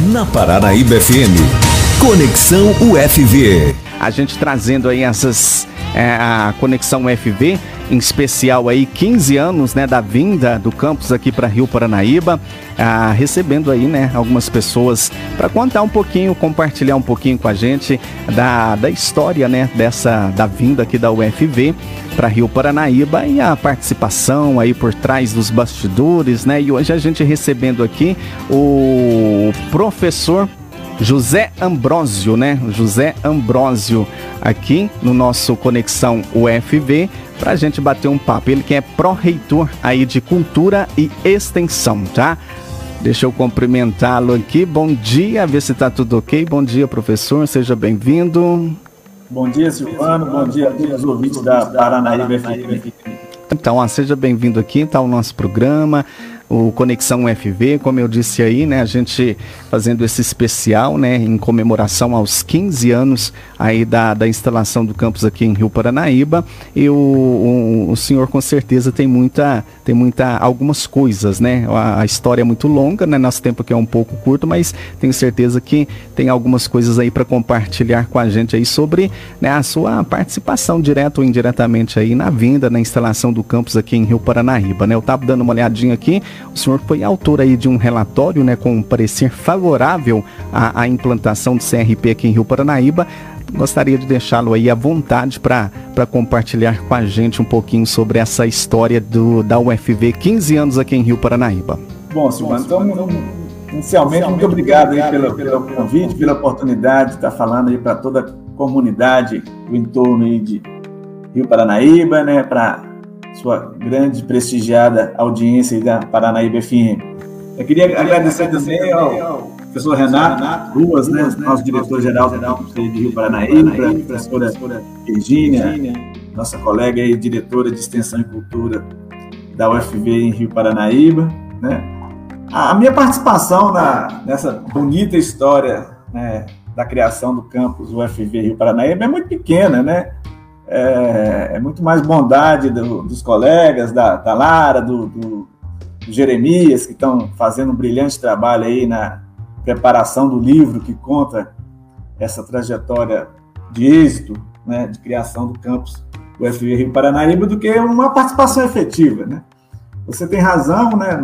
Na Paranaíba FM, Conexão UFV. A gente trazendo aí a Conexão UFV, em especial aí 15 anos, né, da vinda do campus aqui para Rio Paranaíba, recebendo aí, né, algumas pessoas para contar um pouquinho, compartilhar um pouquinho com a gente da história, né, da vinda aqui da UFV para Rio Paranaíba e a participação aí por trás dos bastidores, né? E hoje a gente recebendo aqui o professor José Ambrósio, né? José Ambrósio aqui no nosso Conexão UFV para a gente bater um papo. Ele que é pró-reitor aí de Cultura e Extensão, tá? Deixa eu cumprimentá-lo aqui. Bom dia, ver se tá tudo ok. Bom dia, professor, seja bem-vindo. Bom dia, Silvano. Bom dia a todos os ouvintes da Paranaíba FM. Então, seja bem-vindo aqui, tá o nosso programa, o Conexão UFV, como eu disse aí, né, a gente fazendo esse especial, né, em comemoração aos 15 anos aí da instalação do campus aqui em Rio Paranaíba, e o senhor com certeza tem algumas coisas, né, a história é muito longa, né, nosso tempo aqui é um pouco curto, mas tenho certeza que tem algumas coisas aí para compartilhar com a gente aí sobre, né, a sua participação direta ou indiretamente aí na vinda, na instalação do campus aqui em Rio Paranaíba, né, eu estava dando uma olhadinha aqui. O senhor foi autor aí de um relatório, né, com um parecer favorável à implantação do CRP aqui em Rio Paranaíba. Gostaria de deixá-lo aí à vontade para compartilhar com a gente um pouquinho sobre essa história da UFV, 15 anos aqui em Rio Paranaíba. Bom, Silvano, então, inicialmente, muito obrigado aí pelo convite, pela oportunidade de estar falando aí para toda a comunidade do entorno aí de Rio Paranaíba, né, para sua grande e prestigiada audiência aí da Paranaíba FM. Eu queria agradecer também ao professor Renato Ruas, né, nosso diretor-geral de Rio Paranaíba, a professora Virgínia, nossa colega e diretora de Extensão e Cultura da UFV em Rio Paranaíba, né. A minha participação nessa bonita história, né, da criação do campus UFV Rio Paranaíba é muito pequena, né. É muito mais bondade dos colegas, da Lara, do Jeremias, que estão fazendo um brilhante trabalho aí na preparação do livro que conta essa trajetória de êxito, né, de criação do campus UFV Rio Paranaíba, do que uma participação efetiva, né? Você tem razão, né?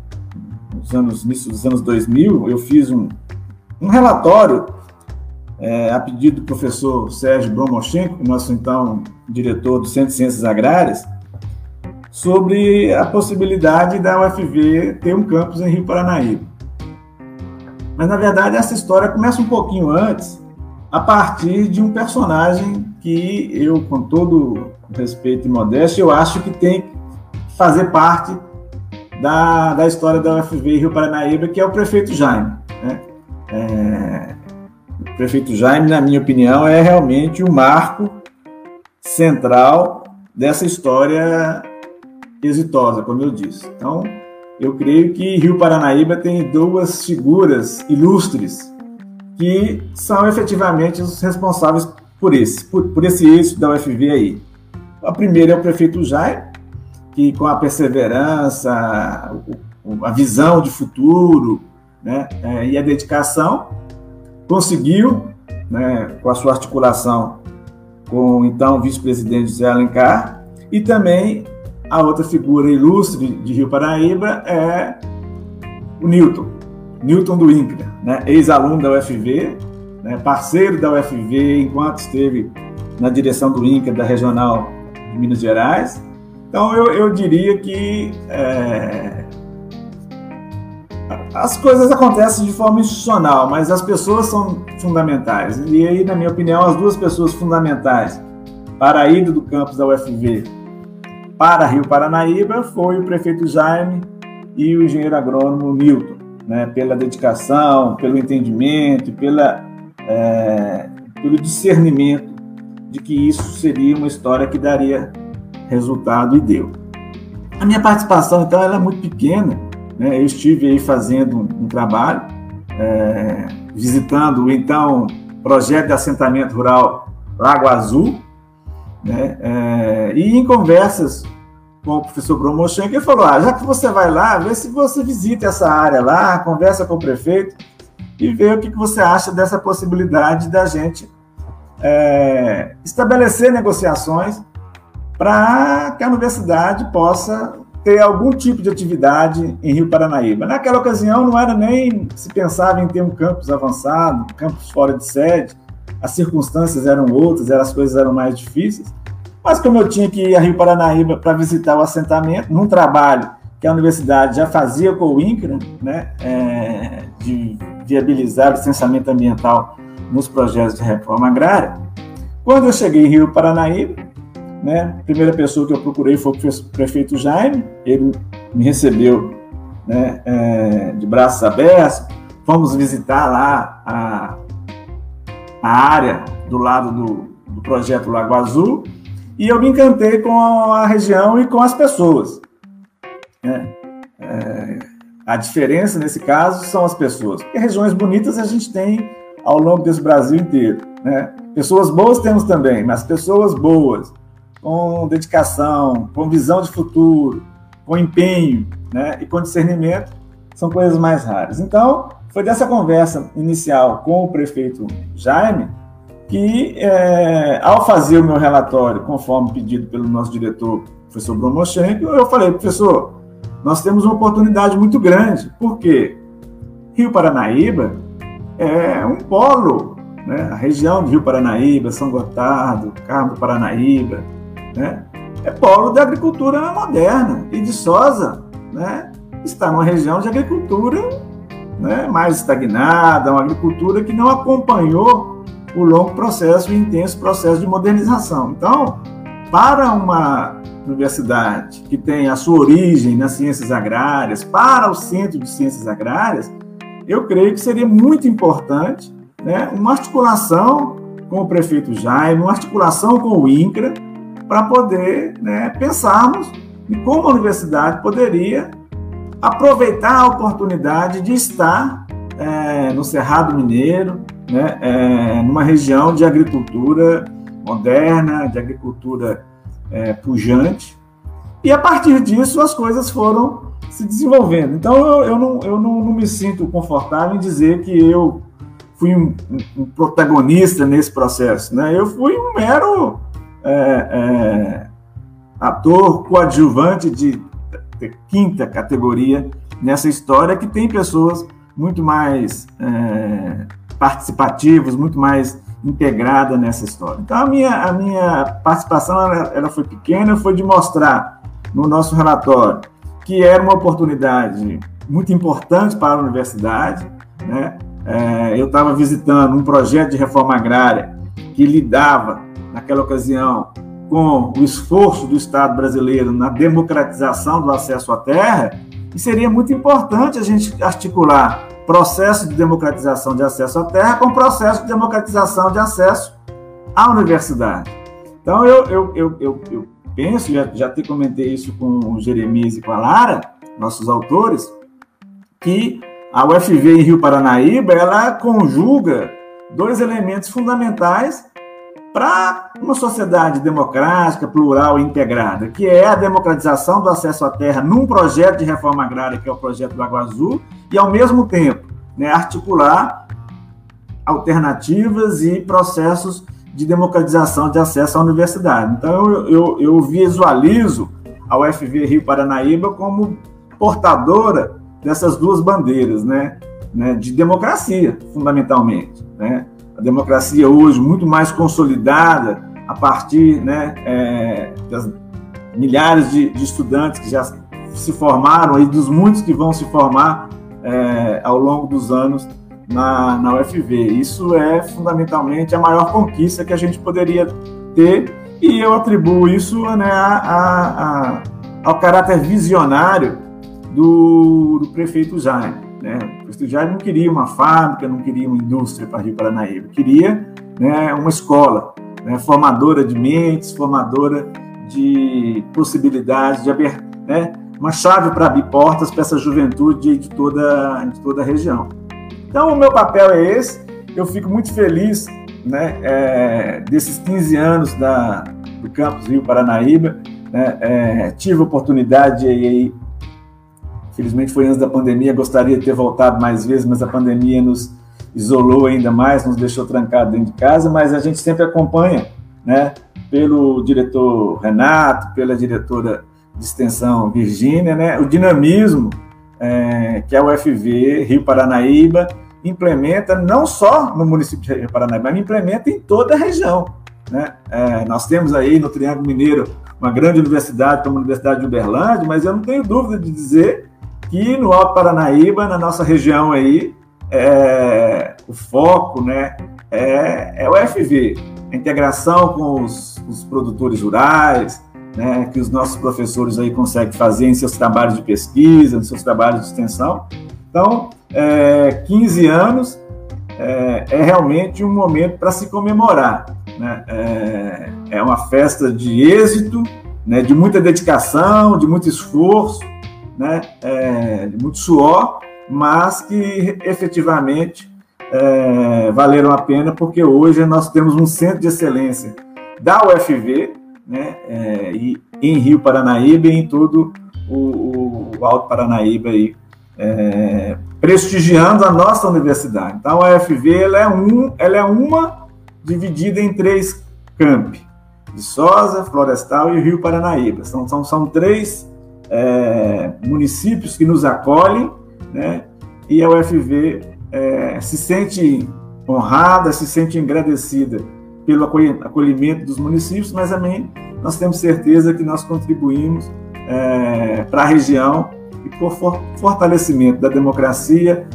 No início dos anos 2000, eu fiz um relatório a pedido do professor Sérgio Bromochenko, nosso então diretor do Centro de Ciências Agrárias, sobre a possibilidade da UFV ter um campus em Rio Paranaíba. Mas, na verdade, essa história começa um pouquinho antes, a partir de um personagem que eu, com todo respeito e modéstia, eu acho que tem que fazer parte da história da UFV Rio Paranaíba, que é o prefeito Jaime, né? O prefeito Jaime, na minha opinião, é realmente o marco central dessa história exitosa, como eu disse. Então, eu creio que Rio Paranaíba tem duas figuras ilustres que são efetivamente os responsáveis por esse êxito da UFV aí. A primeira é o prefeito Jaime, que com a perseverança, a visão de futuro, né, e a dedicação, conseguiu, né, com a sua articulação com o então vice-presidente José Alencar, e também a outra figura ilustre de Rio Paranaíba é o Newton do INCRA, né, ex-aluno da UFV, né, parceiro da UFV enquanto esteve na direção do INCRA da Regional de Minas Gerais. Então eu diria que as coisas acontecem de forma institucional, mas as pessoas são fundamentais. E aí, na minha opinião, as duas pessoas fundamentais para a ida do campus da UFV para Rio Paranaíba foi o prefeito Jaime e o engenheiro agrônomo Newton, né, pela dedicação, pelo entendimento, pelo discernimento de que isso seria uma história que daria resultado, e deu. A minha participação, então, ela é muito pequena, né? Eu estive aí fazendo um trabalho, visitando o então projeto de assentamento rural Lago Azul, né? E em conversas com o professor Bromochenko, ele falou, já que você vai lá, vê se você visita essa área lá, conversa com o prefeito. e ver o que você acha dessa possibilidade da gente estabelecer negociações para que a universidade possa ter algum tipo de atividade em Rio Paranaíba. Naquela ocasião, não era nem se pensava em ter um campus avançado, um campus fora de sede, as circunstâncias eram outras, as coisas eram mais difíceis, mas como eu tinha que ir a Rio Paranaíba para visitar o assentamento, num trabalho que a universidade já fazia com o INCRA, né, de viabilizar o licenciamento ambiental nos projetos de reforma agrária, quando eu cheguei em Rio Paranaíba, né, a primeira pessoa que eu procurei foi o prefeito Jaime, ele me recebeu, né, de braços abertos, fomos visitar lá a área do lado do projeto Lago Azul, e eu me encantei com a região e com as pessoas. A diferença, nesse caso, são as pessoas. Porque regiões bonitas a gente tem ao longo desse Brasil inteiro, né? Pessoas boas temos também, mas pessoas boas, com dedicação, com visão de futuro, com empenho, né, e com discernimento, são coisas mais raras. Então, foi dessa conversa inicial com o prefeito Jaime que, ao fazer o meu relatório, conforme pedido pelo nosso diretor, professor Bromochenko, eu falei, professor, nós temos uma oportunidade muito grande, porque Rio Paranaíba é um polo, né? A região de Rio Paranaíba, São Gotardo, Carmo do Paranaíba, né? É polo da agricultura moderna, e Viçosa, né, está numa região de agricultura, né, mais estagnada, uma agricultura que não acompanhou o longo processo e intenso processo de modernização. Então, para uma universidade que tem a sua origem nas ciências agrárias, para o Centro de Ciências Agrárias, eu creio que seria muito importante, né, uma articulação com o prefeito Jaime, uma articulação com o INCRA, para poder, né, pensarmos em como a universidade poderia aproveitar a oportunidade de estar no Cerrado Mineiro, né, numa região de agricultura moderna, de agricultura pujante, e a partir disso as coisas foram se desenvolvendo. Então eu não me sinto confortável em dizer que eu fui um protagonista nesse processo, né? Eu fui um mero ator coadjuvante de quinta categoria nessa história, que tem pessoas muito mais participativas, muito mais integrada nessa história. Então a minha participação ela foi pequena, foi de mostrar no nosso relatório que era uma oportunidade muito importante para a universidade, né? Eu estava visitando um projeto de reforma agrária que lidava, naquela ocasião, com o esforço do Estado brasileiro na democratização do acesso à terra, e seria muito importante a gente articular processo de democratização de acesso à terra com processo de democratização de acesso à universidade. Então, eu penso, já te comentei isso com o Jeremias e com a Lara, nossos autores, que a UFV em Rio Paranaíba, ela conjuga dois elementos fundamentais para uma sociedade democrática, plural e integrada, que é a democratização do acesso à terra num projeto de reforma agrária, que é o projeto do Lago Azul, e, ao mesmo tempo, né, articular alternativas e processos de democratização de acesso à universidade. Então, eu visualizo a UFV Rio Paranaíba como portadora dessas duas bandeiras, né, de democracia, fundamentalmente, né? A democracia hoje muito mais consolidada a partir, né, das milhares de estudantes que já se formaram e dos muitos que vão se formar ao longo dos anos na UFV. Isso é fundamentalmente a maior conquista que a gente poderia ter, e eu atribuo isso, né, ao caráter visionário do prefeito Jaime, né? O prefeito Jaime não queria uma fábrica, não queria uma indústria para Rio Paranaíba, queria, né, uma escola, né, formadora de mentes, formadora de possibilidades, né, uma chave para abrir portas para essa juventude de toda a região. Então, o meu papel é esse. Eu fico muito feliz, né, desses 15 anos do campus Rio Paranaíba, né, tive a oportunidade infelizmente foi antes da pandemia, gostaria de ter voltado mais vezes, mas a pandemia nos isolou ainda mais, nos deixou trancados dentro de casa, mas a gente sempre acompanha, né, pelo diretor Renato, pela diretora de extensão Virgínia, né, o dinamismo que a UFV Rio Paranaíba implementa não só no município de Rio Paranaíba, mas implementa em toda a região, né? Nós temos aí no Triângulo Mineiro uma grande universidade, como a Universidade de Uberlândia, mas eu não tenho dúvida de dizer que no Alto Paranaíba, na nossa região aí, o foco, né, é o UFV, a integração com os produtores rurais, né, que os nossos professores aí conseguem fazer em seus trabalhos de pesquisa, em seus trabalhos de extensão. Então, 15 anos é realmente um momento para se comemorar, né? É uma festa de êxito, né, de muita dedicação, de muito esforço, né, de muito suor, mas que efetivamente valeram a pena, porque hoje nós temos um centro de excelência da UFV, né, e em Rio Paranaíba e em todo o Alto Paranaíba aí, prestigiando a nossa universidade. Então a UFV ela é uma dividida em 3 campi: Viçosa, Florestal e Rio Paranaíba. São 3 municípios que nos acolhem, né, e a UFV se sente honrada, se sente agradecida pelo acolhimento dos municípios, mas também nós temos certeza que nós contribuímos para a região e por fortalecimento da democracia,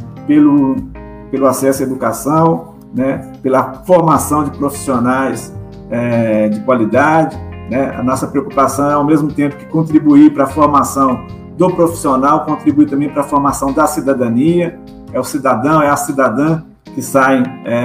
pelo acesso à educação, né, pela formação de profissionais de qualidade, né. A nossa preocupação é, ao mesmo tempo que contribuir para a formação do profissional, contribuir também para a formação da cidadania. É o cidadão, é a cidadã que saem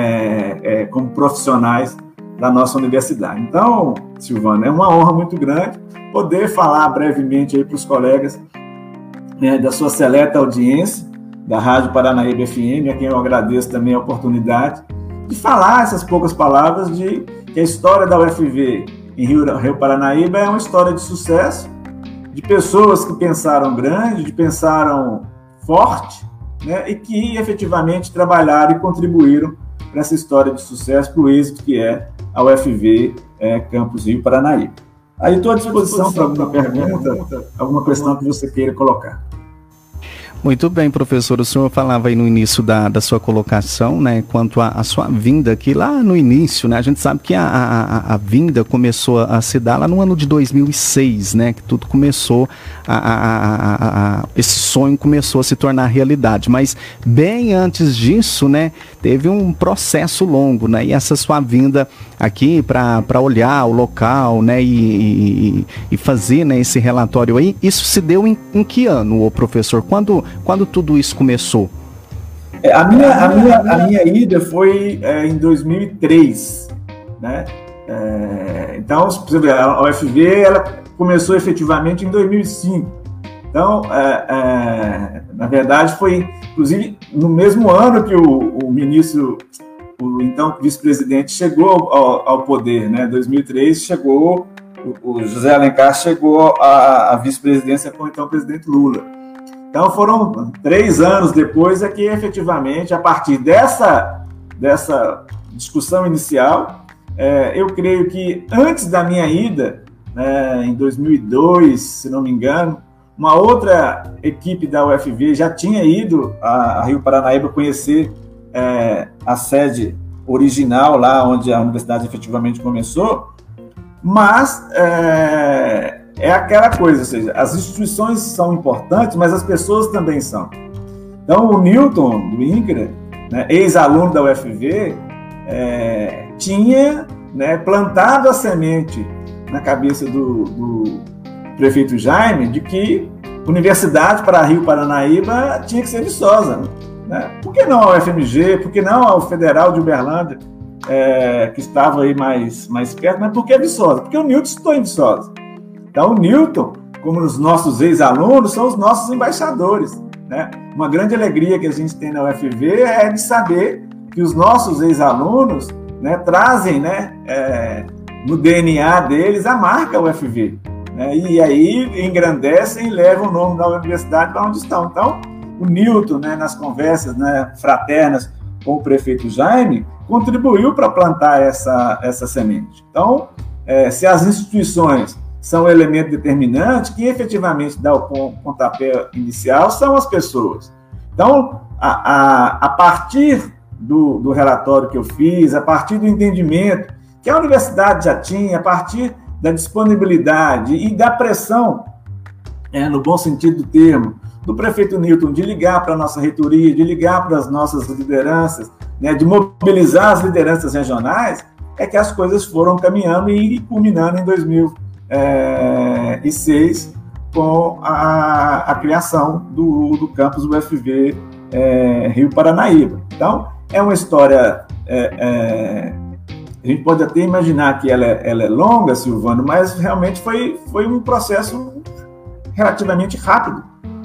como profissionais da nossa universidade. Então, Silvana, é uma honra muito grande poder falar brevemente aí para os colegas, né, da sua seleta audiência da Rádio Paranaíba FM, a quem eu agradeço também a oportunidade de falar essas poucas palavras de que a história da UFV em Rio Paranaíba é uma história de sucesso, de pessoas que pensaram grande, de pensaram forte, né, e que efetivamente trabalharam e contribuíram para essa história de sucesso, para o êxito que é a UFV Campus Rio Paranaíba. Aí estou à disposição para alguma pergunta, alguma questão que você queira colocar. Muito bem, professor. O senhor falava aí no início da sua colocação, né, quanto à sua vinda aqui, lá no início, né, a gente sabe que a vinda começou a se dar lá no ano de 2006, né, que tudo começou, esse sonho começou a se tornar realidade, mas bem antes disso, né, teve um processo longo, né, e essa sua vinda aqui para olhar o local, né, e fazer, né, esse relatório aí, isso se deu em que ano, professor? Quando tudo isso começou? A minha ida foi em 2003, né? Então, você vê, a UFV ela começou efetivamente em 2005. Então, na verdade, foi, inclusive, no mesmo ano que o ministro, o então vice-presidente, chegou ao poder, né? Em 2003, chegou, o José Alencar chegou à vice-presidência com o então presidente Lula. Então, foram 3 anos depois que, efetivamente, a partir dessa discussão inicial, eu creio que antes da minha ida, em 2002, se não me engano, uma outra equipe da UFV já tinha ido a Rio Paranaíba conhecer a sede original, lá onde a universidade efetivamente começou, mas é aquela coisa, ou seja, as instituições são importantes, mas as pessoas também são. Então, o Newton, do INCRA, né, ex-aluno da UFV, tinha, né, plantado a semente na cabeça do prefeito Jaime de que universidade para Rio Paranaíba tinha que ser Viçosa, né? Por que não a UFMG? Por que não a Federal de Uberlândia, que estava aí mais perto? Mas por que Viçosa? Porque o Newton estudou em Viçosa. Então, o Newton, como os nossos ex-alunos, são os nossos embaixadores, né? Uma grande alegria que a gente tem na UFV é de saber que os nossos ex-alunos, né, trazem, né, no DNA deles a marca UFV, né? E aí engrandecem e levam o nome da universidade para onde estão. Então, o Newton, né, nas conversas, né, fraternas com o prefeito Jaime, contribuiu para plantar essa semente. Então, se as instituições são um elemento determinante, quem efetivamente dá o pontapé inicial são as pessoas. Então, a partir do relatório que eu fiz, a partir do entendimento que a universidade já tinha, a partir da disponibilidade e da pressão, no bom sentido do termo, do prefeito Newton, de ligar para a nossa reitoria, de ligar para as nossas lideranças, né, de mobilizar as lideranças regionais, é que as coisas foram caminhando e culminando em 2006 com a criação do campus UFV Rio Paranaíba. Então, é uma história, a gente pode até imaginar que ela é longa, Silvano, mas realmente foi um processo relativamente rápido,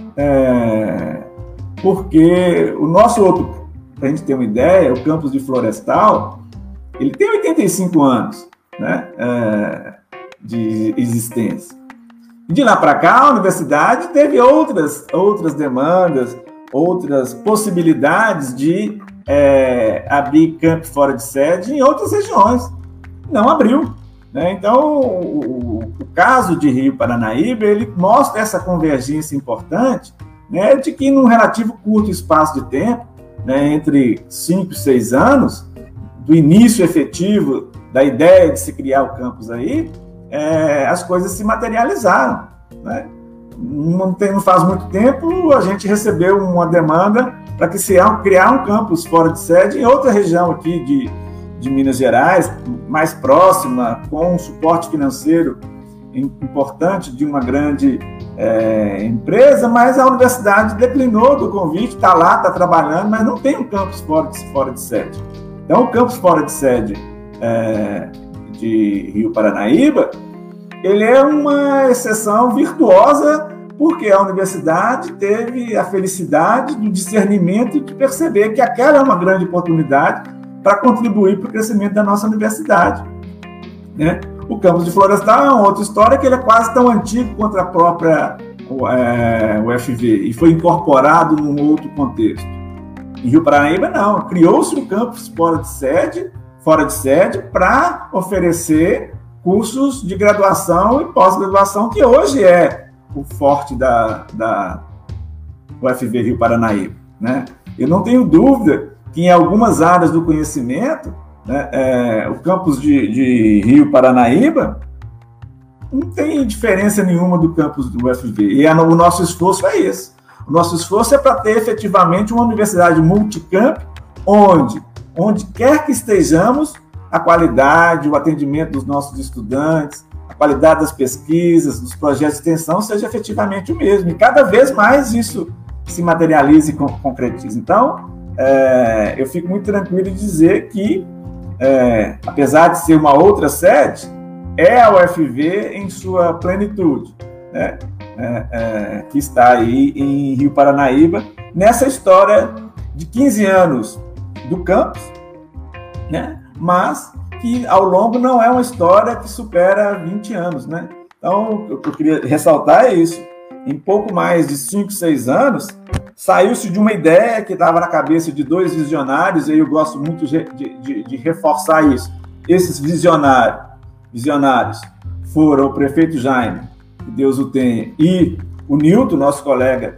porque o nosso outro, para a gente ter uma ideia, o campus de Florestal, ele tem 85 anos, né, de existência. E de lá para cá, a universidade teve outras demandas, outras possibilidades de abrir campo fora de sede em outras regiões. Não abriu, né? Então, o caso de Rio Paranaíba, ele mostra essa convergência importante, né, de que num relativo curto espaço de tempo, né, entre 5 e 6 anos, do início efetivo da ideia de se criar o campus aí, as coisas se materializaram, né? Não faz muito tempo, a gente recebeu uma demanda para que se criar um campus fora de sede em outra região aqui de Minas Gerais, mais próxima, com um suporte financeiro importante de uma grande empresa, mas a universidade declinou do convite, está lá, está trabalhando, mas não tem um campus fora de sede. Então, o campus fora de sede de Rio Paranaíba, ele é uma exceção virtuosa, porque a universidade teve a felicidade do discernimento de perceber que aquela é uma grande oportunidade para contribuir para o crescimento da nossa universidade, né? O campus de Florestal é uma outra história, que ele é quase tão antigo quanto a própria UFV, e foi incorporado num outro contexto. Em Rio Paranaíba, não. Criou-se um campus fora de sede para oferecer cursos de graduação e pós-graduação, que hoje é o forte da UFV Rio Paranaíba, né? Eu não tenho dúvida que em algumas áreas do conhecimento, né, o campus de Rio Paranaíba não tem diferença nenhuma do campus do UFV. E o nosso esforço é esse. O nosso esforço é para ter efetivamente uma universidade multicamp, onde quer que estejamos, a qualidade, o atendimento dos nossos estudantes, a qualidade das pesquisas, dos projetos de extensão seja efetivamente o mesmo. E cada vez mais isso se materializa e concretiza. Então, eu fico muito tranquilo de dizer que, apesar de ser uma outra sede, é a UFV em sua plenitude, né? Que está aí em Rio Paranaíba, nessa história de 15 anos do campus, né? Mas que ao longo não é uma história que supera 20 anos, né? Então, o que eu queria ressaltar é isso. Em pouco mais de 5, 6 anos, saiu-se de uma ideia que estava na cabeça de 2 visionários, e eu gosto muito de reforçar isso. Esses visionários foram o prefeito Jaime, que Deus o tenha, e o Newton, nosso colega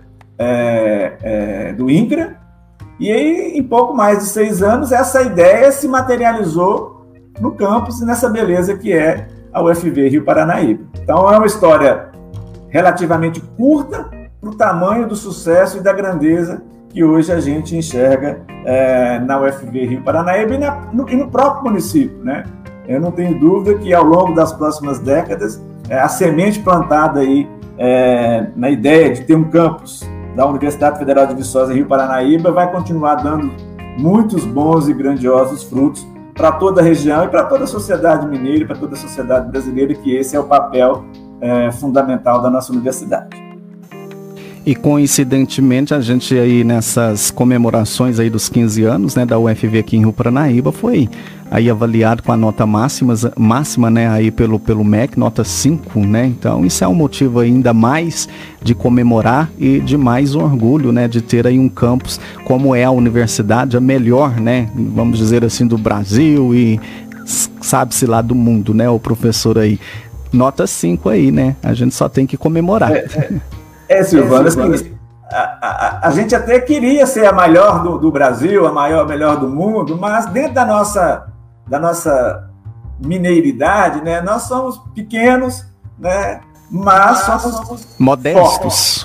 do INCRA. E aí, em pouco mais de 6 anos, essa ideia se materializou no campus e nessa beleza que é a UFV Rio Paranaíba. Então, é uma história relativamente curta para o tamanho do sucesso e da grandeza que hoje a gente enxerga na UFV Rio Paranaíba e no próprio município, né? Eu não tenho dúvida que ao longo das próximas décadas, a semente plantada aí na ideia de ter um campus da Universidade Federal de Viçosa Rio Paranaíba vai continuar dando muitos bons e grandiosos frutos para toda a região e para toda a sociedade mineira e para toda a sociedade brasileira, que esse é o papel fundamental da nossa universidade. E coincidentemente a gente aí nessas comemorações aí dos 15 anos, né, da UFV aqui em Rio Paranaíba foi aí avaliado com a nota máxima, né, aí pelo MEC, nota 5, né, então isso é um motivo ainda mais de comemorar e de mais orgulho, né, de ter aí um campus como é a universidade, a melhor, né, vamos dizer assim, do Brasil e sabe-se lá do mundo, né, o professor aí, nota 5 aí, né, a gente só tem que comemorar. Silvano, assim, a gente até queria ser a maior do Brasil, a melhor do mundo, mas dentro da nossa mineiridade, né, nós somos pequenos, né, mas somos modestos.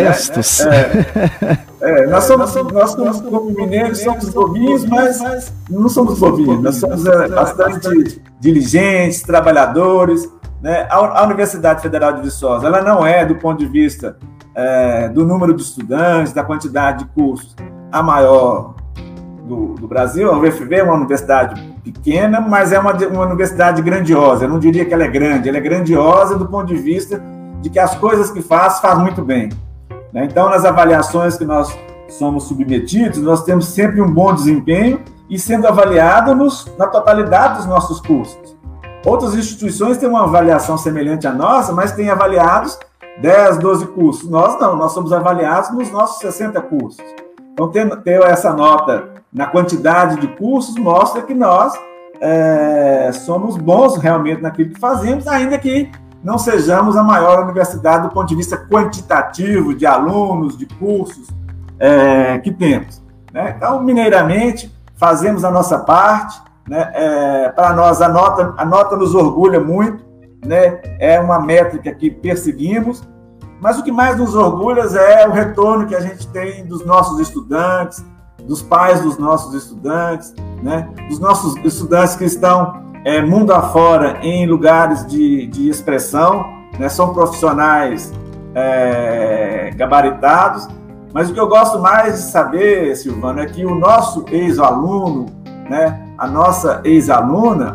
Nós como mineiros, somos bobinhos, mas não somos bobinhos, nós somos bastante diligentes, trabalhadores, né? A Universidade Federal de Viçosa, ela não é, do ponto de vista do número de estudantes, da quantidade de cursos, a maior do Brasil. A UFV é uma universidade pequena, mas é uma universidade grandiosa. Eu não diria que ela é grande, ela é grandiosa do ponto de vista de que as coisas que faz muito bem, né? Então, nas avaliações que nós somos submetidos, nós temos sempre um bom desempenho e sendo avaliado na totalidade dos nossos cursos. Outras instituições têm uma avaliação semelhante à nossa, mas têm avaliados 10, 12 cursos. Nós não, nós somos avaliados nos nossos 60 cursos. Então, ter essa nota na quantidade de cursos mostra que nós somos bons realmente naquilo que fazemos, ainda que não sejamos a maior universidade do ponto de vista quantitativo de alunos, de cursos que temos, né? Então, mineiramente, fazemos a nossa parte, né? Para nós, a nota nos orgulha muito, né? É uma métrica que perseguimos, mas o que mais nos orgulha é o retorno que a gente tem dos nossos estudantes, dos pais dos nossos estudantes, né? Dos nossos estudantes que estão mundo afora em lugares de expressão, né? São profissionais gabaritados, mas o que eu gosto mais de saber, Silvano, é que o nosso ex-aluno, né? A nossa ex-aluna,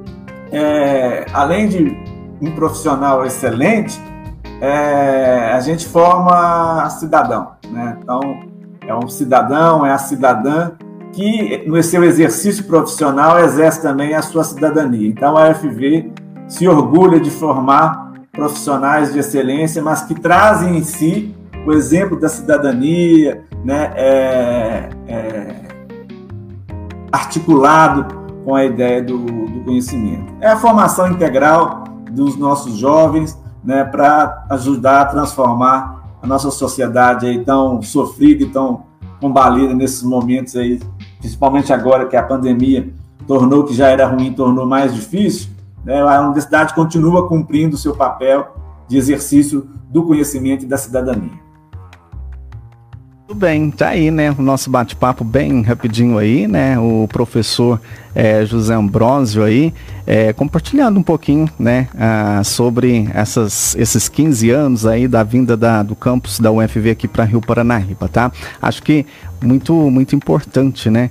além de um profissional excelente, a gente forma cidadão, né? Então, é um cidadão, é a cidadã que, no seu exercício profissional, exerce também a sua cidadania. Então, a UFV se orgulha de formar profissionais de excelência, mas que trazem em si o exemplo da cidadania, né? Articulado com a ideia do conhecimento. É a formação integral dos nossos jovens, né, para ajudar a transformar a nossa sociedade aí tão sofrida e tão combalida nesses momentos aí, principalmente agora que a pandemia tornou que já era ruim, tornou mais difícil, né? A universidade continua cumprindo o seu papel de exercício do conhecimento e da cidadania. Tudo bem, tá aí, né, o nosso bate-papo bem rapidinho aí, né, o professor José Ambrósio aí, compartilhando um pouquinho, né, sobre esses 15 anos aí da vinda do campus da UFV aqui para Rio Paranaíba, tá? Acho que muito importante, né,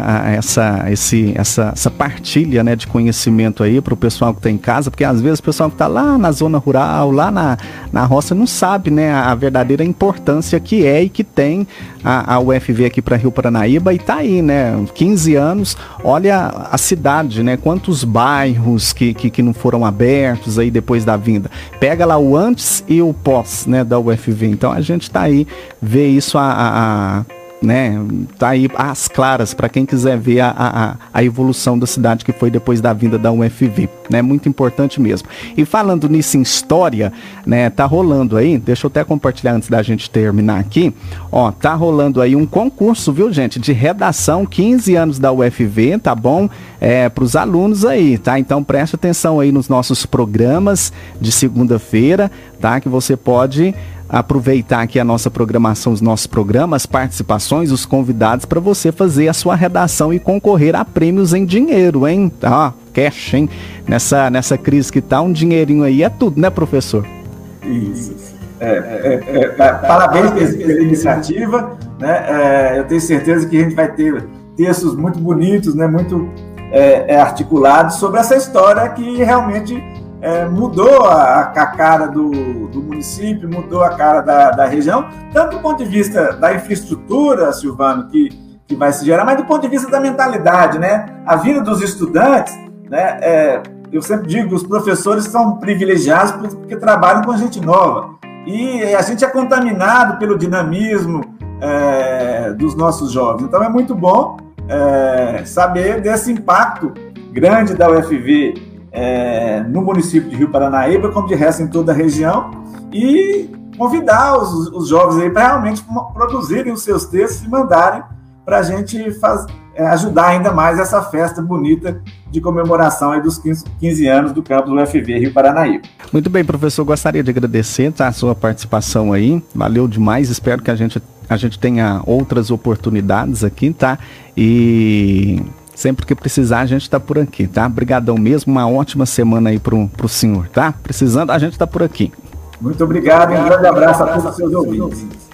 essa partilha, né, de conhecimento aí para o pessoal que está em casa, porque às vezes o pessoal que está lá na zona rural, lá na roça, não sabe, né, a verdadeira importância que é e que tem a UFV aqui para Rio Paranaíba, e tá aí, né, 15 anos, olha a cidade, né, quantos bairros que não foram abertos aí depois da vinda, pega lá o antes e o pós, né, da UFV, então a gente tá aí, vê isso né, tá aí às claras para quem quiser ver a evolução da cidade que foi depois da vinda da UFV, né, muito importante mesmo. E falando nisso em história, né, tá rolando aí, deixa eu até compartilhar antes da gente terminar aqui, ó, tá rolando aí um concurso, viu, gente, de redação, 15 anos da UFV, tá bom? Para os alunos aí, tá? Então preste atenção aí nos nossos programas de segunda-feira, tá? Que você pode aproveitar aqui a nossa programação, os nossos programas, participações, os convidados para você fazer a sua redação e concorrer a prêmios em dinheiro, hein? Tá, cash, hein? Nessa crise que tá, um dinheirinho aí é tudo, né, professor? Isso. Parabéns pela iniciativa, né? Eu tenho certeza que a gente vai ter textos muito bonitos, né? Muito articulados sobre essa história que realmente mudou a cara do município, mudou a cara da região, tanto do ponto de vista da infraestrutura, Silvano, que vai se gerar, mas do ponto de vista da mentalidade, né? A vida dos estudantes, né? Eu sempre digo que os professores são privilegiados porque trabalham com gente nova. E a gente é contaminado pelo dinamismo dos nossos jovens. Então é muito bom saber desse impacto grande da UFV no município de Rio Paranaíba, como de resto em toda a região, e convidar os jovens aí para realmente produzirem os seus textos e mandarem para a gente ajudar ainda mais essa festa bonita de comemoração aí dos 15 anos do campus do UFV Rio Paranaíba. Muito bem, professor, gostaria de agradecer, tá, a sua participação aí, valeu demais, espero que a gente tenha outras oportunidades aqui, tá, e sempre que precisar a gente tá por aqui, tá, obrigadão mesmo, uma ótima semana aí pro senhor, tá, precisando a gente tá por aqui. Muito obrigado e um grande abraço a todos os seus ouvintes.